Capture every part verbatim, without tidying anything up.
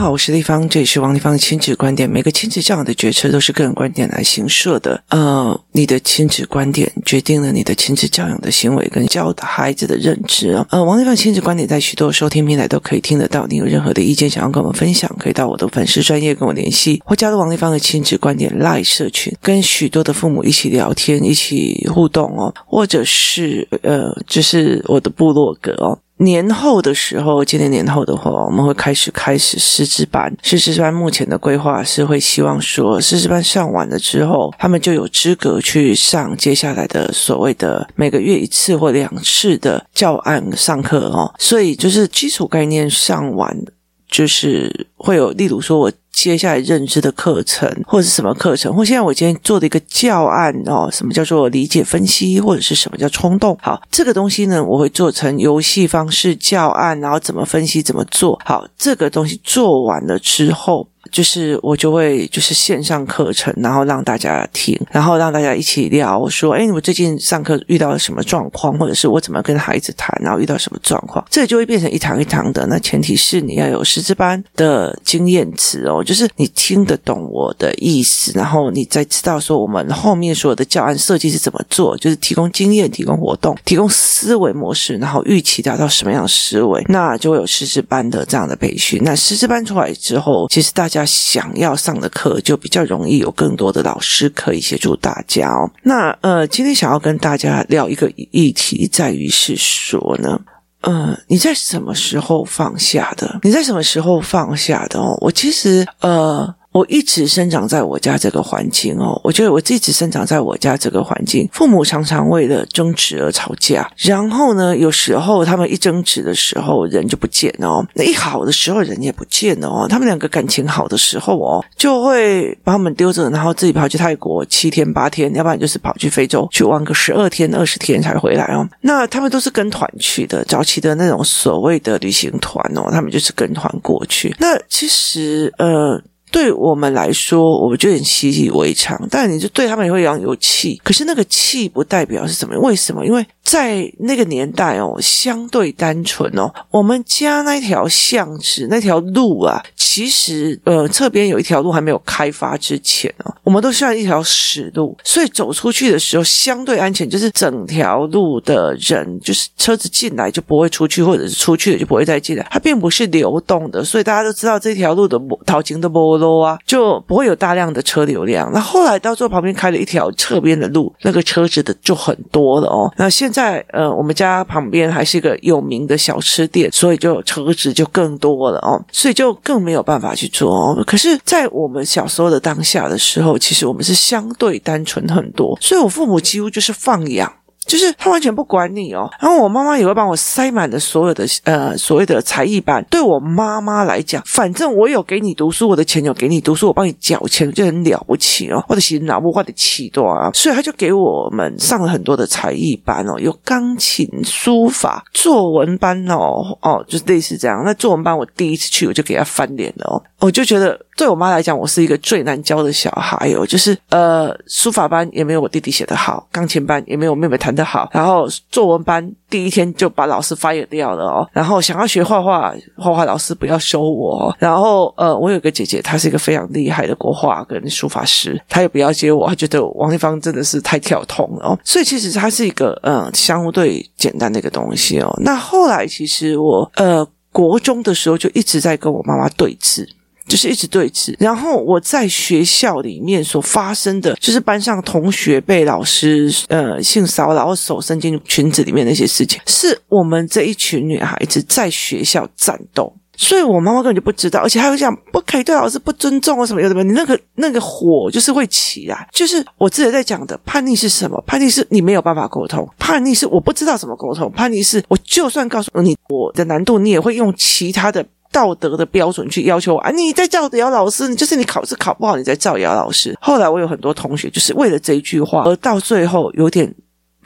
好，我是立方，这里是王立方的亲子观点。每个亲子教养的决策都是个人观点来形设的。呃，你的亲子观点决定了你的亲子教养的行为跟教的孩子的认知啊。呃，王立方亲子观点在许多收听平台都可以听得到。你有任何的意见想要跟我们分享，可以到我的粉丝专页跟我联系，或加入王立方的亲子观点 LINE 社群，跟许多的父母一起聊天，一起互动哦，或者是呃，就是我的部落格哦。年后的时候，今年年后的话，我们会开始开始师资班。师资班目前的规划是会希望说，师资班上完了之后，他们就有资格去上接下来的所谓的每个月一次或两次的教案上课哦。所以就是基础概念上完，就是会有，例如说我接下来认知的课程，或者是什么课程，或现在我今天做的一个教案哦，什么叫做理解分析，或者是什么叫冲动。好，这个东西呢，我会做成游戏方式教案，然后怎么分析怎么做。好，这个东西做完了之后，就是我就会就是线上课程，然后让大家听，然后让大家一起聊说，诶，我最近上课遇到了什么状况，或者是我怎么跟孩子谈，然后遇到什么状况，这就会变成一堂一堂的。那前提是你要有师资班的经验值哦，就是你听得懂我的意思，然后你再知道说我们后面所有的教案设计是怎么做，就是提供经验，提供活动，提供思维模式，然后预期达到什么样的思维，那就会有师资班的这样的培训。那师资班出来之后，其实大家想要上的课就比较容易有更多的老师可以协助大家哦。那呃，今天想要跟大家聊一个议题，在于是说呢，呃，你在什么时候放下的？你在什么时候放下的哦？我其实呃。我一直生长在我家这个环境哦，我觉得我一直生长在我家这个环境，父母常常为了争执而吵架，然后呢，有时候他们一争执的时候人就不见了哦，那一好的时候人也不见了哦，他们两个感情好的时候哦，就会把他们丢着，然后自己跑去泰国七天八天，要不然就是跑去非洲去玩个十二天二十天才回来哦。那他们都是跟团去的，早期的那种所谓的旅行团哦，他们就是跟团过去。那其实呃对我们来说，我们就很习以为常，但你就对他们也会养有气，可是那个气不代表是什么？为什么？因为在那个年代哦，相对单纯哦，我们家那条巷子那条路啊，其实呃侧边有一条路还没有开发之前哦，我们都算一条死路，所以走出去的时候相对安全，就是整条路的人，就是车子进来就不会出去，或者是出去了就不会再进来，它并不是流动的，所以大家都知道这条路的途经的路啊，就不会有大量的车流量。那后来到最后旁边开了一条侧边的路，那个车子的就很多了哦。那现在呃，我们家旁边还是一个有名的小吃店，所以就车子就更多了哦，所以就更没有办法去做哦。可是在我们小时候的当下的时候，其实我们是相对单纯很多，所以我父母几乎就是放养，就是他完全不管你哦，然后我妈妈也会帮我塞满了所有的呃所谓的才艺班。对我妈妈来讲，反正我有给你读书，我的钱有给你读书，我帮你缴钱就很了不起哦，我的心脑部我的气多啊，所以他就给我们上了很多的才艺班哦，有钢琴、书法、作文班哦哦，就是类似这样。那作文班我第一次去我就给他翻脸了哦，我就觉得对我妈来讲，我是一个最难教的小孩哦，就是呃书法班也没有我弟弟写得好，钢琴班也没有我妹妹弹得好，然后作文班第一天就把老师 fire 掉了哦，然后想要学画画，画画老师不要收我哦，然后呃我有个姐姐，她是一个非常厉害的国画跟书法师，她也不要接我，她觉得王立芳真的是太跳痛了哦，所以其实它是一个呃相对简单的一个东西哦。那后来其实我呃国中的时候就一直在跟我妈妈对峙，就是一直对峙，然后我在学校里面所发生的就是班上同学被老师呃性骚扰或手伸进裙子里面那些事情，是我们这一群女孩子在学校战斗，所以我妈妈根本就不知道，而且还会讲不可以对老师不尊重或什么有的没有，你那个那个火就是会起来。就是我自己在讲的叛逆是什么？叛逆是你没有办法沟通，叛逆是我不知道怎么沟通，叛逆是我就算告诉你我的难度，你也会用其他的道德的标准去要求我啊！你在造谣老师，就是你考试考不好，你在造谣老师。后来我有很多同学就是为了这一句话，而到最后有点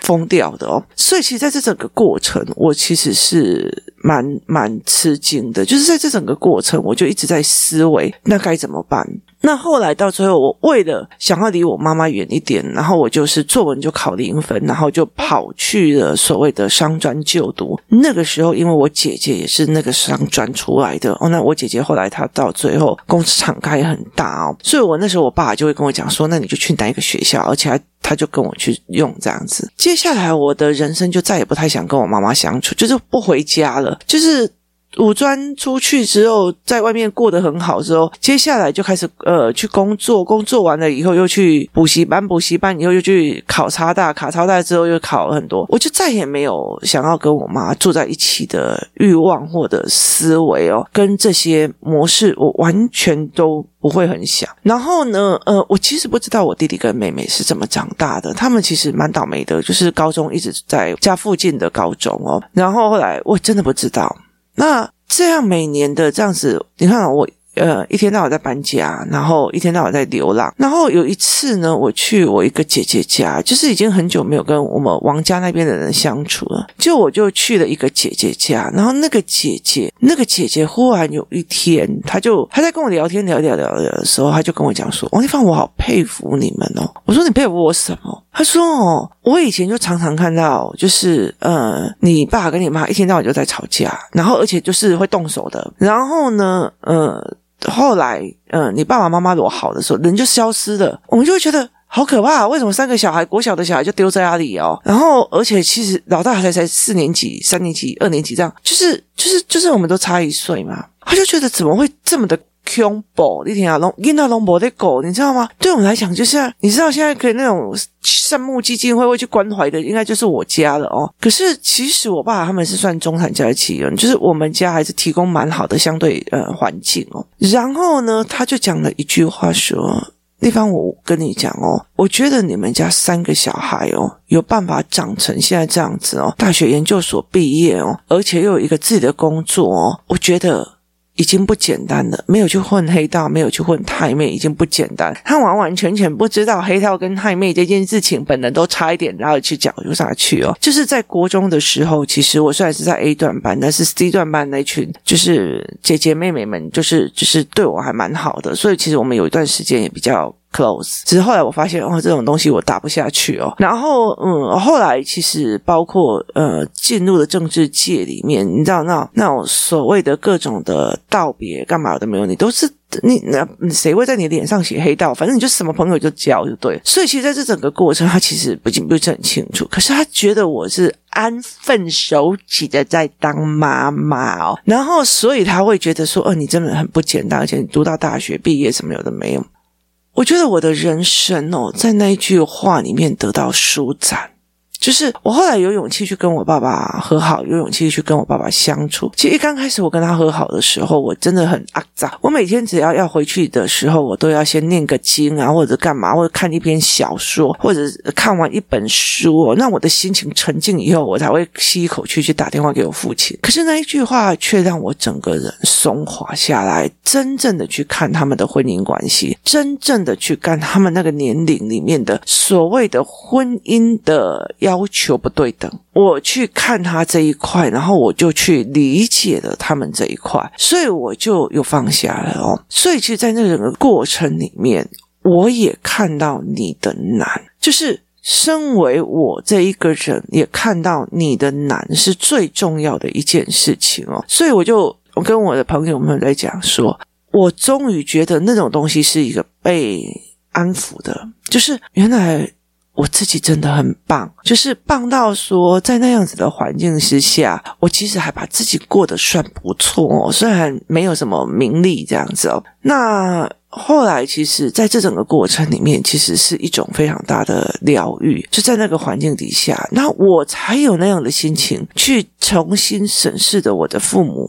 疯掉的哦。所以其实在这整个过程我其实是蛮蛮吃惊的，就是在这整个过程我就一直在思维那该怎么办。那后来到最后，我为了想要离我妈妈远一点，然后我就是作文就考零分，然后就跑去了所谓的商专就读。那个时候因为我姐姐也是那个商专出来的哦，那我姐姐后来她到最后公司厂开很大哦，所以我那时候我爸就会跟我讲说，那你就去哪一个学校，而且他他就跟我去用这样子。接下来我的人生就再也不太想跟我妈妈相处，就是不回家了，就是五专出去之后在外面过得很好之后，接下来就开始呃去工作，工作完了以后又去补习班，补习班以后又去考超大，考超大之后又考很多，我就再也没有想要跟我妈住在一起的欲望或者思维哦，跟这些模式我完全都不会很想。然后呢呃，我其实不知道我弟弟跟妹妹是怎么长大的，他们其实蛮倒霉的，就是高中一直在家附近的高中哦，然后后来我真的不知道。那这样每年的这样子，你看我呃一天到晚在搬家，然后一天到晚在流浪，然后有一次呢我去我一个姐姐家，就是已经很久没有跟我们王家那边的人相处了，就我就去了一个姐姐家，然后那个姐姐那个姐姐忽然有一天她就她在跟我聊天聊聊聊聊的时候，她就跟我讲说，王一芳我好佩服你们哦。我说你佩服我什么？她说哦，我以前就常常看到就是呃你爸跟你妈一天到晚就在吵架，然后而且就是会动手的，然后呢呃后来呃你爸爸妈妈如果好的时候人就消失了，我们就会觉得好可怕，为什么三个小孩国小的小孩就丢在家里哦？然后而且其实老大才才四年级三年级二年级这样，就是就是就是我们都差一岁嘛，他就觉得怎么会这么的恐怖，你听啊，龙囡仔龙没得狗，你知道吗？对我们来讲，就是你知道现在可以那种善牧基金会会去关怀的，应该就是我家了哦。可是其实我爸他们是算中产阶级人，就是我们家还是提供蛮好的相对呃环境哦。然后呢，他就讲了一句话说，地方我跟你讲哦，我觉得你们家三个小孩哦，有办法长成现在这样子哦，大学研究所毕业哦，而且又有一个自己的工作哦，我觉得已经不简单了，没有去混黑道，没有去混太妹，已经不简单。他完完全全不知道黑道跟太妹这件事情，本人都差一点然后去搅入下去哦。就是在国中的时候，其实我虽然是在 A 段班，但是 C 段班那群就是姐姐妹妹们，就是就是对我还蛮好的，所以其实我们有一段时间也比较close， 只是后来我发现哦，这种东西我打不下去哦。然后嗯，后来其实包括呃进入了政治界里面，你知道那那种所谓的各种的道别干嘛的没有，你都是你那谁会在你脸上写黑道？反正你就什么朋友就交就对。所以其实在这整个过程，他其实不仅不是很清楚，可是他觉得我是安分守己的在当妈妈哦。然后所以他会觉得说，哦、呃，你真的很不简单，而且你读到大学毕业什么有的没有。我觉得我的人生哦，在那一句话里面得到舒展，就是我后来有勇气去跟我爸爸和好，有勇气去跟我爸爸相处。其实一刚开始我跟他和好的时候，我真的很肮脏。我每天只要要回去的时候，我都要先念个经啊，或者干嘛，或者看一篇小说，或者看完一本书哦，那我的心情沉静以后，我才会吸一口气去打电话给我父亲。可是那一句话却让我整个人松滑下来，真正的去看他们的婚姻关系，真正的去看他们那个年龄里面的所谓的婚姻的要要求不对等，我去看他这一块，然后我就去理解了他们这一块，所以我就又放下了哦。所以其实在那整个过程里面，我也看到你的难，就是身为我这一个人也看到你的难是最重要的一件事情哦。所以我就我跟我的朋友们在讲说，我终于觉得那种东西是一个被安抚的，就是原来我自己真的很棒，就是棒到说在那样子的环境之下，我其实还把自己过得算不错哦，虽然没有什么名利这样子哦。那后来其实在这整个过程里面，其实是一种非常大的疗愈，就在那个环境底下，那我才有那样的心情去重新审视的我的父母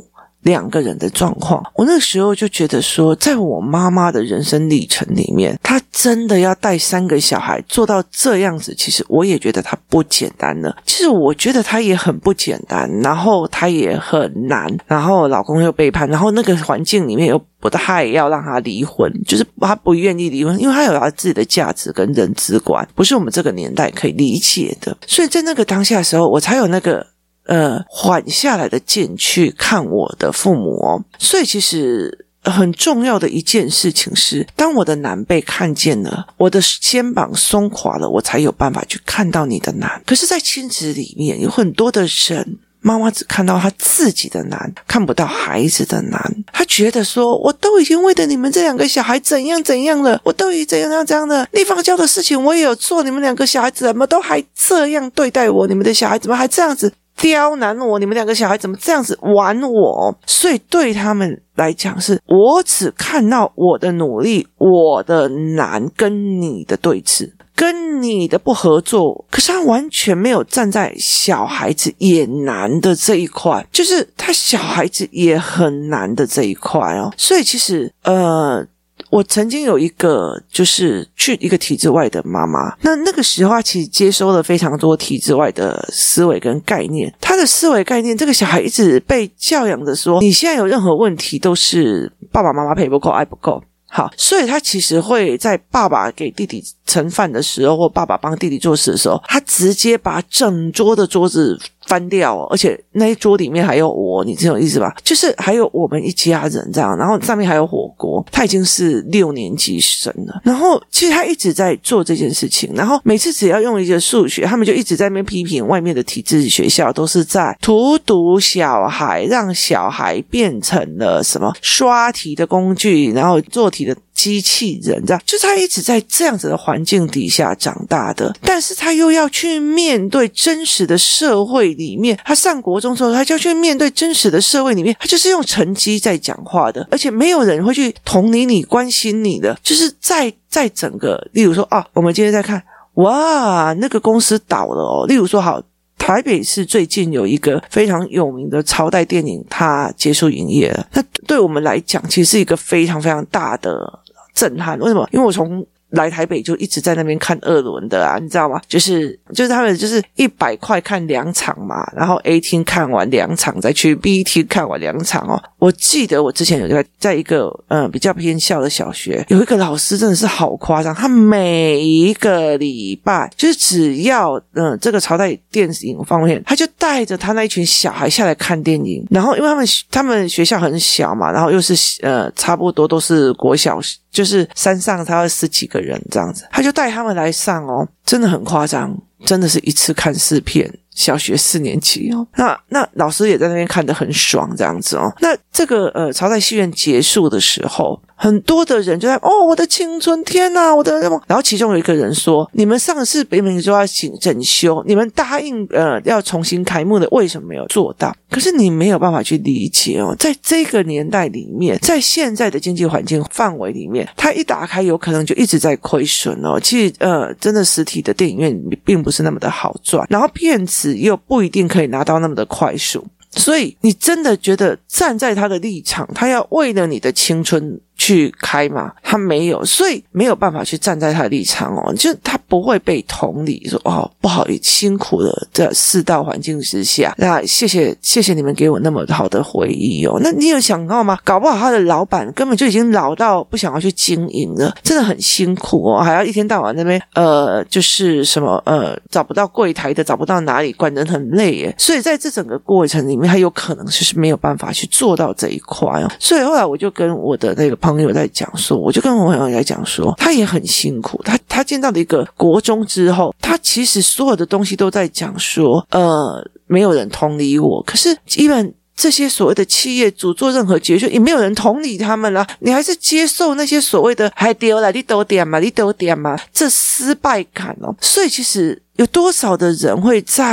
两个人的状况。我那时候就觉得说，在我妈妈的人生历程里面，她真的要带三个小孩做到这样子，其实我也觉得她不简单了。其实我觉得她也很不简单，然后她也很难，然后老公又背叛，然后那个环境里面又不太要让她离婚，就是她不愿意离婚，因为她有她自己的价值跟认知观，不是我们这个年代可以理解的。所以在那个当下的时候，我才有那个呃缓下来的劲去看我的父母哦。所以其实很重要的一件事情是，当我的难被看见了，我的肩膀松垮了，我才有办法去看到你的难。可是在亲子里面有很多的人，妈妈只看到她自己的难，看不到孩子的难。她觉得说，我都已经为了你们这两个小孩怎样怎样了，我都已经怎样怎样的，立方教的事情我也有做，你们两个小孩子怎么都还这样对待我，你们的小孩怎么还这样子刁难我，你们两个小孩怎么这样子玩我。所以对他们来讲，是我只看到我的努力，我的难跟你的对峙，跟你的不合作，可是他完全没有站在小孩子也难的这一块，就是他小孩子也很难的这一块哦。所以其实呃我曾经有一个就是去一个体制外的妈妈，那那个时候她其实接收了非常多体制外的思维跟概念。她的思维概念，这个小孩一直被教养的说，你现在有任何问题都是爸爸妈妈陪不够，爱不够。好，所以他其实会在爸爸给弟弟盛饭的时候，或爸爸帮弟弟做事的时候，他直接把整桌的桌子翻掉哦，而且那一桌里面还有我，你这种意思吧？就是还有我们一家人这样，然后上面还有火锅。他已经是六年级生了，然后其实他一直在做这件事情，然后每次只要用一个数学，他们就一直在那边批评外面的体制学校都是在荼毒小孩，让小孩变成了什么刷题的工具，然后做题的机器人，这样就是他一直在这样子的环境底下长大的，但是他又要去面对真实的社会里面，他上国中之后，他就要去面对真实的社会里面，他就是用成绩在讲话的，而且没有人会去同理你、关心你的，就是在在整个，例如说啊，我们今天在看，哇，那个公司倒了哦，例如说好。台北市最近有一个非常有名的朝代电影，它结束营业了。那对我们来讲，其实是一个非常非常大的震撼。为什么？因为我从来台北就一直在那边看二轮的啊，你知道吗？就是就是他们就是一百块看两场嘛，然后 A 厅看完两场，再去 B 厅看完两场哦。我记得我之前有在在一个嗯比较偏校的小学，有一个老师真的是好夸张，他每一个礼拜就是只要嗯这个朝代电影方面，他就带着他那一群小孩下来看电影，然后因为他们他们学校很小嘛，然后又是呃差不多都是国小，就是山上他要十几个人这样子，他就带他们来上哦，真的很夸张，真的是一次看四片。小学四年级哦，那那老师也在那边看得很爽这样子哦。那这个呃朝代戏院结束的时候，很多的人就在哦我的青春天哪、啊，我的，然后其中有一个人说，你们上次北美就要请整修，你们答应呃要重新开幕的，为什么没有做到？可是你没有办法去理解哦，在这个年代里面，在现在的经济环境范围里面，它一打开有可能就一直在亏损哦。其实呃真的实体的电影院并不是那么的好赚，然后片子又不一定可以拿到那么的快速，所以你真的觉得站在他的立场，他要为了你的青春去开嘛？他没有，所以没有办法去站在他的立场哦，就是他不会被同理说哦，不好意思，辛苦了，这世道环境之下，那谢谢谢谢你们给我那么好的回忆哦。那你有想到吗？搞不好他的老板根本就已经老到不想要去经营了，真的很辛苦哦，还要一天到晚那边呃，就是什么呃，找不到柜台的，找不到哪里，管人很累耶。所以在这整个过程里面，他有可能就是没有办法去做到这一块哦。所以后来我就跟我的那个朋友在讲说，我就跟我朋友在讲说，他也很辛苦，他他见到了一个国中之后，他其实所有的东西都在讲说，呃，没有人同理我，可是基本这些所谓的企业主做任何决策，也没有人同理他们啦，你还是接受那些所谓的还丢了，你都点嘛，你都点嘛，这失败感哦。所以其实有多少的人会在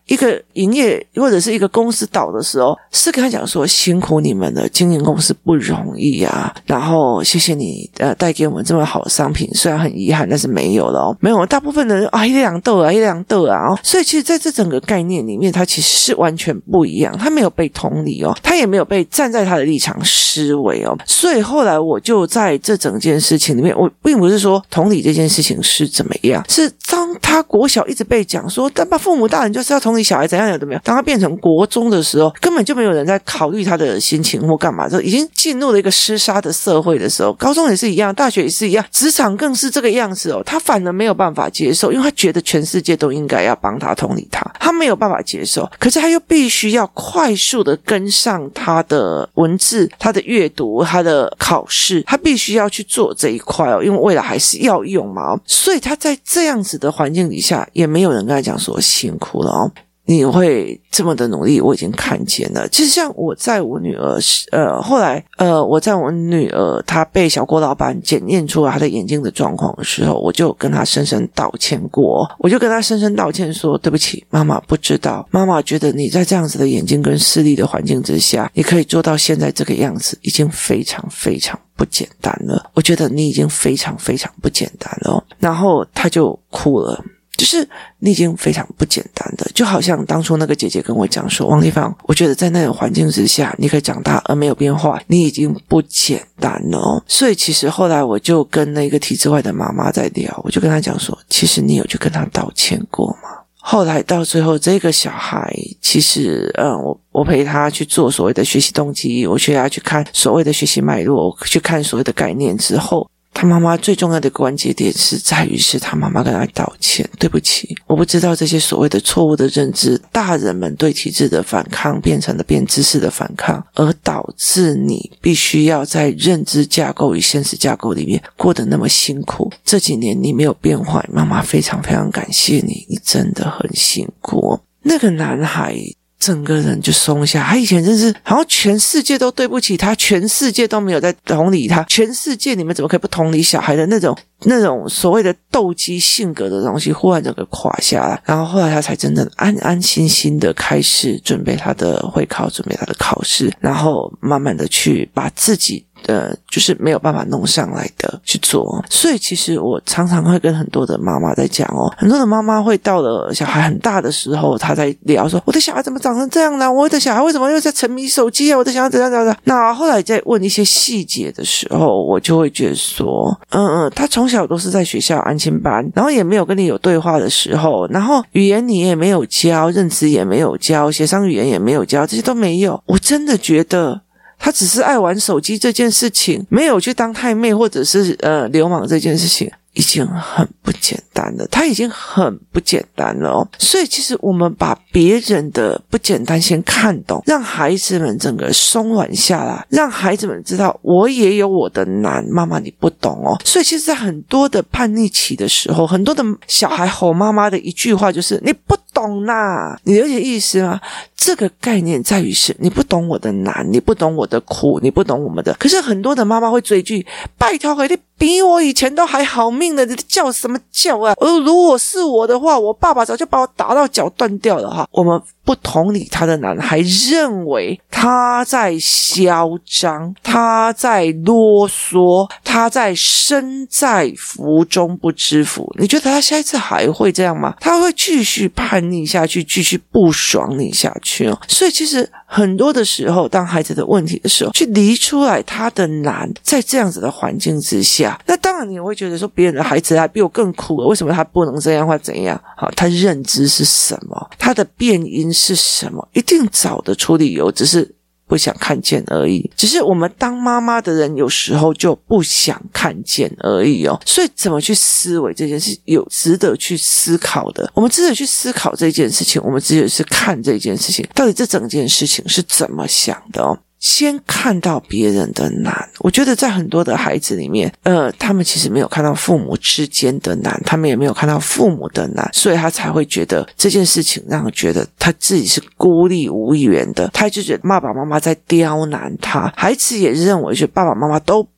一个营业或者是一个公司倒的时候，是跟他讲说辛苦你们了，经营公司不容易啊，然后谢谢你呃带给我们这么好的商品，虽然很遗憾，但是没有了哦，没有，大部分的人啊一两豆啊一两豆啊、哦，所以其实在这整个概念里面，他其实是完全不一样，他没有被同理哦，他也没有被站在他的立场思维哦，所以后来我就在这整件事情里面，我并不是说同理这件事情是怎么样，是当他国小一直被讲说，但爸父母大人就是要同理小孩怎样有怎么样，当他变成国中的时候，根本就没有人在考虑他的心情或干嘛，就已经进入了一个厮杀的社会的时候，高中也是一样，大学也是一样，职场更是这个样子哦，他反而没有办法接受，因为他觉得全世界都应该要帮他同理他，他没有办法接受，可是他又必须要快速的跟上他的文字，他的阅读，他的考试，他必须要去做这一块哦，因为未来还是要用嘛、哦，所以他在这样子的环境底下，也没有人跟他讲说辛苦了哦，你会这么的努力，我已经看见了。其实像我在我女儿呃后来呃我在我女儿她被小郭老板检验出来她的眼睛的状况的时候，我就跟她深深道歉过，我就跟她深深道歉说，对不起，妈妈不知道，妈妈觉得你在这样子的眼睛跟视力的环境之下，你可以做到现在这个样子，已经非常非常不简单了，我觉得你已经非常非常不简单了、哦、然后她就哭了，就是你已经非常不简单的，就好像当初那个姐姐跟我讲说，王丽芳，我觉得在那种环境之下你可以长大而没有变坏，你已经不简单了哦。所以其实后来我就跟那个体制外的妈妈在聊，我就跟她讲说，其实你有去跟她道歉过吗？后来到最后，这个小孩其实嗯，我我陪他去做所谓的学习动机，我陪他去看所谓的学习脉络，去看所谓的概念之后，他妈妈最重要的关键点是在于是他妈妈跟他道歉，对不起，我不知道这些所谓的错误的认知，大人们对体制的反抗变成了变知识的反抗，而导致你必须要在认知架构与现实架构里面过得那么辛苦。这几年你没有变坏，妈妈非常非常感谢你，你真的很辛苦。那个男孩整个人就松下，他以前真是好像全世界都对不起他，全世界都没有在同理他，全世界你们怎么可以不同理小孩的那种那种所谓的斗鸡性格的东西忽然整个垮下来，然后后来他才真正安安心心的开始准备他的会考，准备他的考试，然后慢慢的去把自己呃，就是没有办法弄上来的去做。所以其实我常常会跟很多的妈妈在讲哦，很多的妈妈会到了小孩很大的时候，她在聊说，我的小孩怎么长成这样呢？我的小孩为什么又在沉迷手机啊？我的小孩怎样怎样怎样？那后来在问一些细节的时候，我就会觉得说，嗯嗯，他从小都是在学校安亲班，然后也没有跟你有对话的时候，然后语言你也没有教，认知也没有教，协商语言也没有教，这些都没有。我真的觉得他只是爱玩手机这件事情，没有去当太妹或者是呃流氓这件事情，已经很不简单了，他已经很不简单了哦。所以其实我们把别人的不简单先看懂，让孩子们整个松软下来，让孩子们知道我也有我的难，妈妈你不懂哦。所以其实在很多的叛逆期的时候，很多的小孩吼妈妈的一句话就是你不懂啦，你了解意思吗？这个概念在于是你不懂我的难，你不懂我的苦，你不懂我们的。可是很多的妈妈会追句，拜托你比我以前都还好命的，你叫什么叫啊？而如果是我的话，我爸爸早就把我打到脚断掉了哈。我们不同理他的难，还认为他在嚣张，他在啰嗦，他在身在福中不知福。你觉得他下一次还会这样吗？他会继续叛逆下去，继续不爽你下去哦。所以其实很多的时候，当孩子的问题的时候，去理出来他的难，在这样子的环境之下，那当然你会觉得说别人的孩子还比我更苦了，为什么他不能这样或怎样？好，他认知是什么？他的变因是什么？一定找得出理由，只是不想看见而已。只是我们当妈妈的人有时候就不想看见而已哦。所以怎么去思维这件事，有值得去思考的。我们值得去思考这件事情，我们值得是看这件事情，到底这整件事情是怎么想的哦。先看到别人的难，我觉得在很多的孩子里面，呃，他们其实没有看到父母之间的难，他们也没有看到父母的难，所以他才会觉得这件事情让他觉得他自己是孤立无援的，他就觉得爸爸妈妈在刁难他，孩子也认为是爸爸妈妈都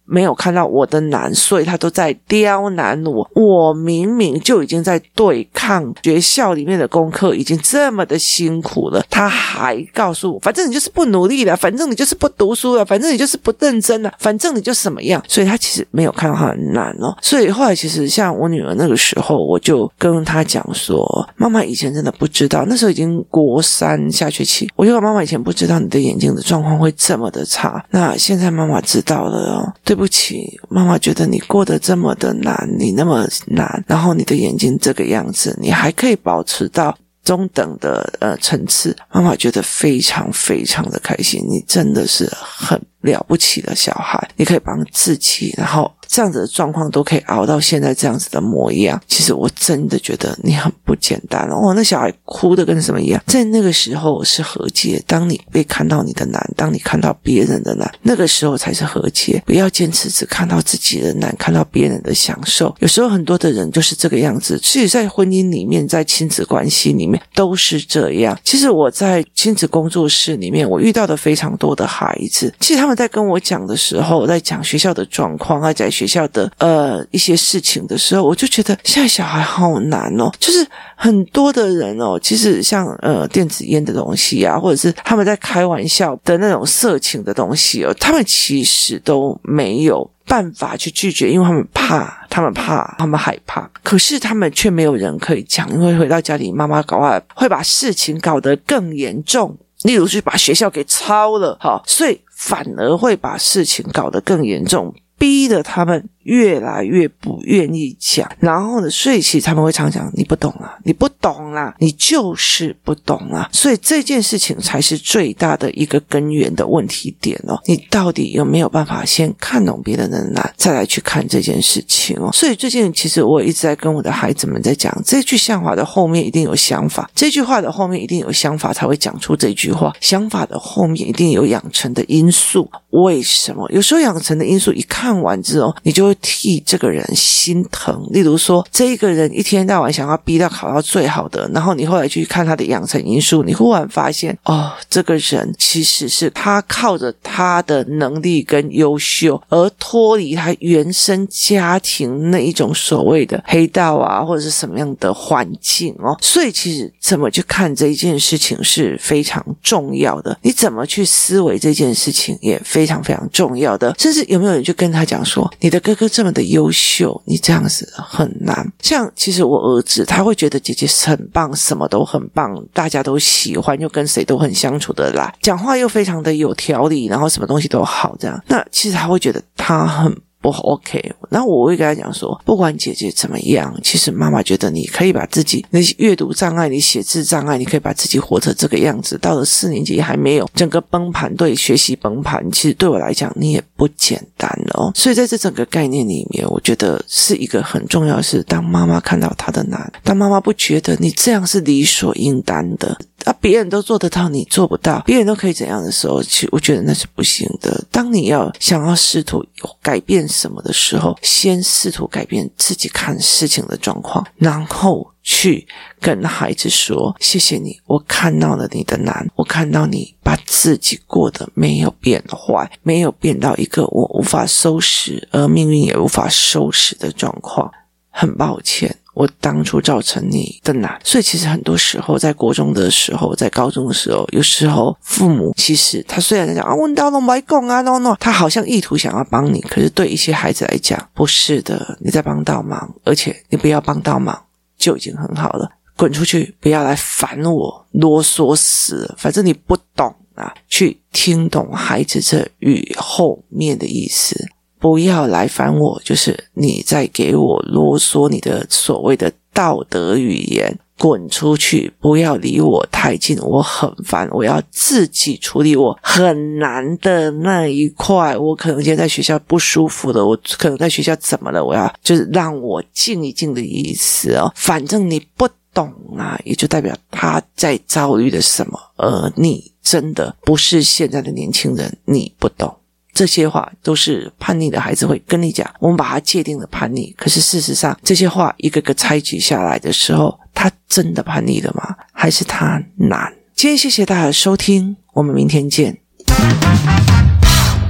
没有看到我的难，所以他都在刁难我。我明明就已经在对抗学校里面的功课已经这么的辛苦了，他还告诉我反正你就是不努力了，反正你就是不读书了，反正你就是不认真了，反正你就什么样。所以他其实没有看到他很难哦。所以后来其实像我女儿那个时候，我就跟她讲说，妈妈以前真的不知道，那时候已经国三下学期，我就说妈妈以前不知道你的眼睛的状况会这么的差，那现在妈妈知道了哦，对不起，妈妈觉得你过得这么的难，你那么难，然后你的眼睛这个样子，你还可以保持到中等的呃层次，妈妈觉得非常非常的开心，你真的是很了不起的小孩，你可以帮自己，然后这样子的状况都可以熬到现在这样子的模样，其实我真的觉得你很不简单哦。那小孩哭的跟什么一样，在那个时候是和解，当你被看到你的难，当你看到别人的难，那个时候才是和解。不要坚持只看到自己的难，看到别人的享受。有时候很多的人就是这个样子，其实在婚姻里面，在亲子关系里面都是这样。其实我在亲子工作室里面，我遇到的非常多的孩子，其实他们在跟我讲的时候，在讲学校的状况，在讲学校的呃一些事情的时候，我就觉得现在小孩好难哦，就是很多的人哦，其实像呃电子烟的东西啊，或者是他们在开玩笑的那种色情的东西哦，他们其实都没有办法去拒绝，因为他们怕，他们怕，他们害怕，可是他们却没有人可以讲，因为回到家里，妈妈搞坏，会把事情搞得更严重。例如去把学校给抄了，好，所以反而会把事情搞得更严重，逼得他们越来越不愿意讲。然后呢，所以其实他们会常讲，你不懂啦，你不懂啦，你就是不懂啦。所以这件事情才是最大的一个根源的问题点哦。你到底有没有办法先看懂别人的难，再来去看这件事情哦？所以最近其实我一直在跟我的孩子们在讲，这句想法的后面一定有想法，这句话的后面一定有想法才会讲出这句话，想法的后面一定有养成的因素。为什么？有时候养成的因素一看完之后，你就会替这个人心疼。例如说，这一个人一天到晚想要逼他考到最好的，然后你后来去看他的养成因素，你忽然发现，哦，这个人其实是他靠着他的能力跟优秀，而脱离他原生家庭那一种所谓的黑道啊，或者是什么样的环境哦。所以其实怎么去看这一件事情是非常重要的，你怎么去思维这件事情也非常非常重要的。甚至有没有人就跟他讲说，你的哥哥这么的优秀，你这样子很难。像其实我儿子他会觉得姐姐是很棒，什么都很棒，大家都喜欢，又跟谁都很相处得来，讲话又非常的有条理，然后什么东西都好这样，那其实他会觉得他很不 OK。 然后我会跟他讲说，不管姐姐怎么样，其实妈妈觉得你可以把自己，你阅读障碍，你写字障碍，你可以把自己活成这个样子，到了四年级还没有整个崩盘，对学习崩盘，其实对我来讲你也不简单了哦。所以在这整个概念里面，我觉得是一个很重要的是，当妈妈看到她的难，当妈妈不觉得你这样是理所应当的啊，别人都做得到你做不到，别人都可以怎样的时候，其实我觉得那是不行的。当你要想要试图改变什么的时候，先试图改变自己看事情的状况，然后去跟孩子说，谢谢你，我看到了你的难，我看到你把自己过得没有变坏，没有变到一个我无法收拾，而命运也无法收拾的状况，很抱歉我当初造成你的难。所以其实很多时候在国中的时候，在高中的时候，有时候父母其实他虽然在讲啊，问到了没讲啊 no no， 他好像意图想要帮你，可是对一些孩子来讲不是的，你在帮倒忙，而且你不要帮倒忙就已经很好了，滚出去，不要来烦我，啰嗦死了，反正你不懂啊，去听懂孩子这语后面的意思，不要来烦我，就是你在给我啰嗦你的所谓的道德语言，滚出去，不要离我太近，我很烦，我要自己处理我很难的那一块，我可能今天在学校不舒服了，我可能在学校怎么了，我要就是让我静一静的意思哦。反正你不懂啊，也就代表他在遭遇的什么，而你真的不是现在的年轻人，你不懂。这些话都是叛逆的孩子会跟你讲，我们把它界定了叛逆，可是事实上这些话一个个拆解下来的时候，他真的叛逆了吗？还是他难？今天谢谢大家的收听，我们明天见。